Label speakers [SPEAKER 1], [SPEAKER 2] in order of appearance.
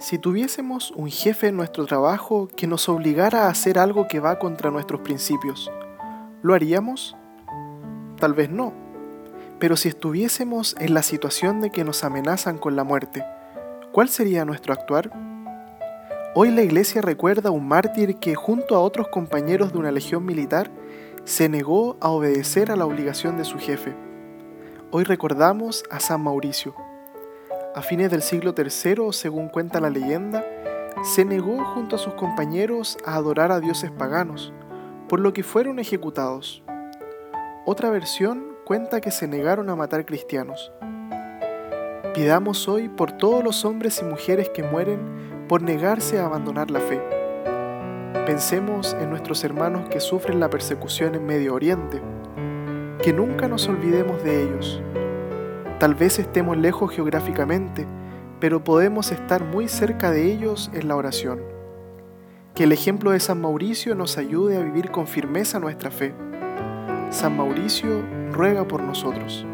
[SPEAKER 1] Si tuviésemos un jefe en nuestro trabajo que nos obligara a hacer algo que va contra nuestros principios, ¿lo haríamos? Tal vez no, pero si estuviésemos en la situación de que nos amenazan con la muerte, ¿cuál sería nuestro actuar? Hoy la Iglesia recuerda a un mártir que, junto a otros compañeros de una legión militar, se negó a obedecer a la obligación de su jefe. Hoy recordamos a San Mauricio. A fines del siglo III, según cuenta la leyenda, se negó junto a sus compañeros a adorar a dioses paganos, por lo que fueron ejecutados. Otra versión cuenta que se negaron a matar cristianos. Pidamos hoy por todos los hombres y mujeres que mueren por negarse a abandonar la fe. Pensemos en nuestros hermanos que sufren la persecución en Medio Oriente. Que nunca nos olvidemos de ellos. Tal vez estemos lejos geográficamente, pero podemos estar muy cerca de ellos en la oración. Que el ejemplo de San Mauricio nos ayude a vivir con firmeza nuestra fe. San Mauricio ruega por nosotros.